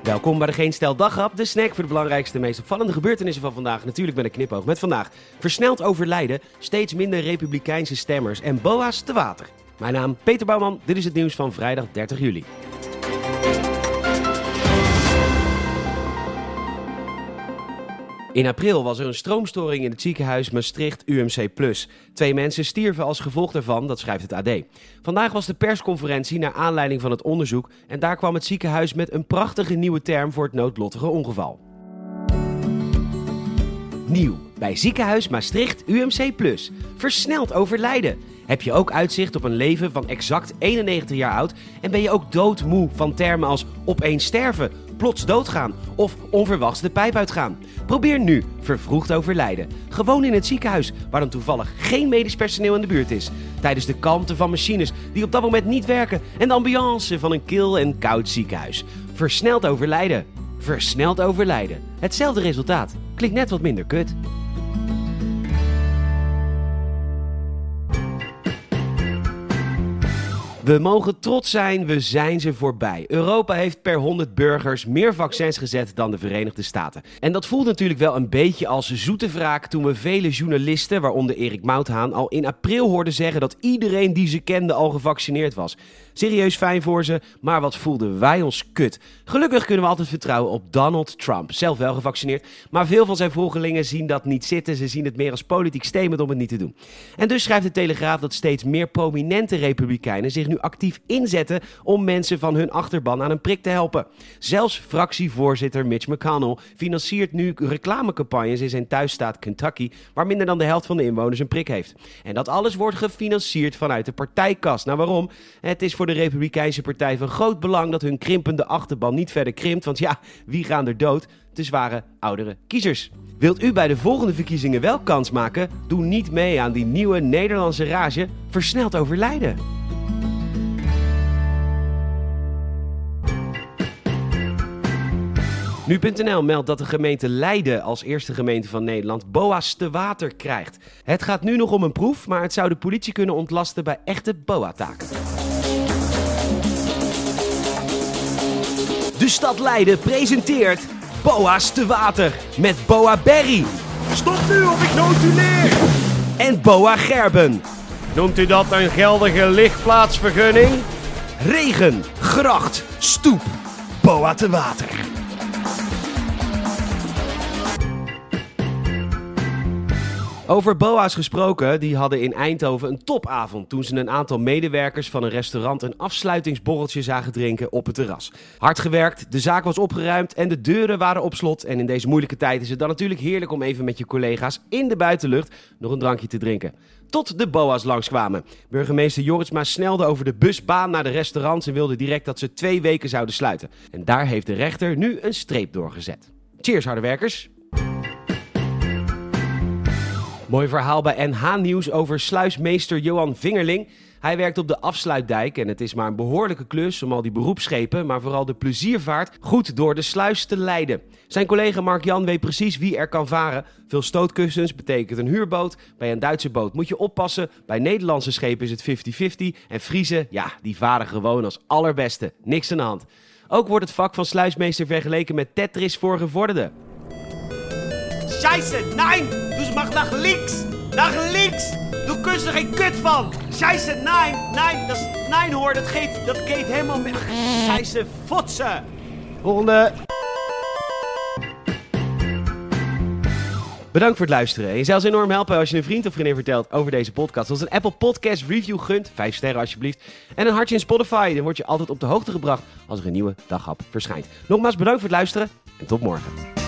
Welkom bij de Geen Stel Daghap, de snack voor de belangrijkste en meest opvallende gebeurtenissen van vandaag. Natuurlijk met een knipoog. Met vandaag versneld overlijden, steeds minder republikeinse stemmers en boa's te water. Mijn naam Peter Bouwman, dit is het nieuws van vrijdag 30 juli. In april was er een stroomstoring in het ziekenhuis Maastricht UMC+. 2 mensen stierven als gevolg daarvan, dat schrijft het AD. Vandaag was de persconferentie naar aanleiding van het onderzoek en daar kwam het ziekenhuis met een prachtige nieuwe term voor het noodlottige ongeval. Nieuw bij ziekenhuis Maastricht UMC+. Versneld overlijden. Heb je ook uitzicht op een leven van exact 91 jaar oud en ben je ook doodmoe van termen als opeens sterven, plots doodgaan of onverwachts de pijp uitgaan? Probeer nu vervroegd overlijden. Gewoon in het ziekenhuis, waar dan toevallig geen medisch personeel in de buurt is. Tijdens de kalmte van machines die op dat moment niet werken en de ambiance van een kil en koud ziekenhuis. Versneld overlijden. Versneld overlijden. Hetzelfde resultaat. Klinkt net wat minder kut. We mogen trots zijn, we zijn ze voorbij. Europa heeft per 100 burgers meer vaccins gezet dan de Verenigde Staten. En dat voelt natuurlijk wel een beetje als zoete wraak toen we vele journalisten, waaronder Erik Mouthaan, al in april hoorden zeggen dat iedereen die ze kende al gevaccineerd was. Serieus fijn voor ze, maar wat voelden wij ons kut. Gelukkig kunnen we altijd vertrouwen op Donald Trump. Zelf wel gevaccineerd, maar veel van zijn volgelingen zien dat niet zitten. Ze zien het meer als politiek statement om het niet te doen. En dus schrijft de Telegraaf dat steeds meer prominente republikeinen zich nu actief inzetten om mensen van hun achterban aan een prik te helpen. Zelfs fractievoorzitter Mitch McConnell financiert nu reclamecampagnes in zijn thuisstaat Kentucky, waar minder dan de helft van de inwoners een prik heeft. En dat alles wordt gefinancierd vanuit de partijkas. Nou, waarom? Het is voor de Republikeinse Partij van groot belang dat hun krimpende achterban niet verder krimpt, want ja, wie gaan er dood? De zware oudere kiezers. Wilt u bij de volgende verkiezingen wel kans maken? Doe niet mee aan die nieuwe Nederlandse rage, versneld overlijden. Nu.nl meldt dat de gemeente Leiden als eerste gemeente van Nederland boa's te water krijgt. Het gaat nu nog om een proef, maar het zou de politie kunnen ontlasten bij echte boa-taken. De stad Leiden presenteert boa's te water met Boa Berry. Stop nu of ik notuleer! En Boa Gerben. Noemt u dat een geldige ligplaatsvergunning? Regen, gracht, stoep, boa te water. Over boa's gesproken, die hadden in Eindhoven een topavond toen ze een aantal medewerkers van een restaurant een afsluitingsborreltje zagen drinken op het terras. Hard gewerkt, de zaak was opgeruimd en de deuren waren op slot. En in deze moeilijke tijd is het dan natuurlijk heerlijk om even met je collega's in de buitenlucht nog een drankje te drinken. Tot de boa's langskwamen. Burgemeester Jorritsma snelde over de busbaan naar de restaurants en wilde direct dat ze 2 weken zouden sluiten. En daar heeft de rechter nu een streep doorgezet. Cheers, harde werkers! Mooi verhaal bij NH Nieuws over sluismeester Johan Vingerling. Hij werkt op de afsluitdijk en het is maar een behoorlijke klus om al die beroepsschepen, maar vooral de pleziervaart, goed door de sluis te leiden. Zijn collega Mark-Jan weet precies wie er kan varen. Veel stootkussens betekent een huurboot. Bij een Duitse boot moet je oppassen. Bij Nederlandse schepen is het 50-50. En Friese, ja, die varen gewoon als allerbeste. Niks aan de hand. Ook wordt het vak van sluismeester vergeleken met Tetris voor gevorderden. Scheisse, nein! Dus mag naar links! Naar links! Du kunt er geen kut van! Scheisse, nein! Dat is nein hoor, dat geeft helemaal mee. Scheisse, fotsen! Volgende! Bedankt voor het luisteren. En je zou ons enorm helpen als je een vriend of vriendin vertelt over deze podcast. Als een Apple Podcast review gunt, 5 sterren alsjeblieft. En een hartje in Spotify, dan word je altijd op de hoogte gebracht als er een nieuwe daghap verschijnt. Nogmaals bedankt voor het luisteren en tot morgen.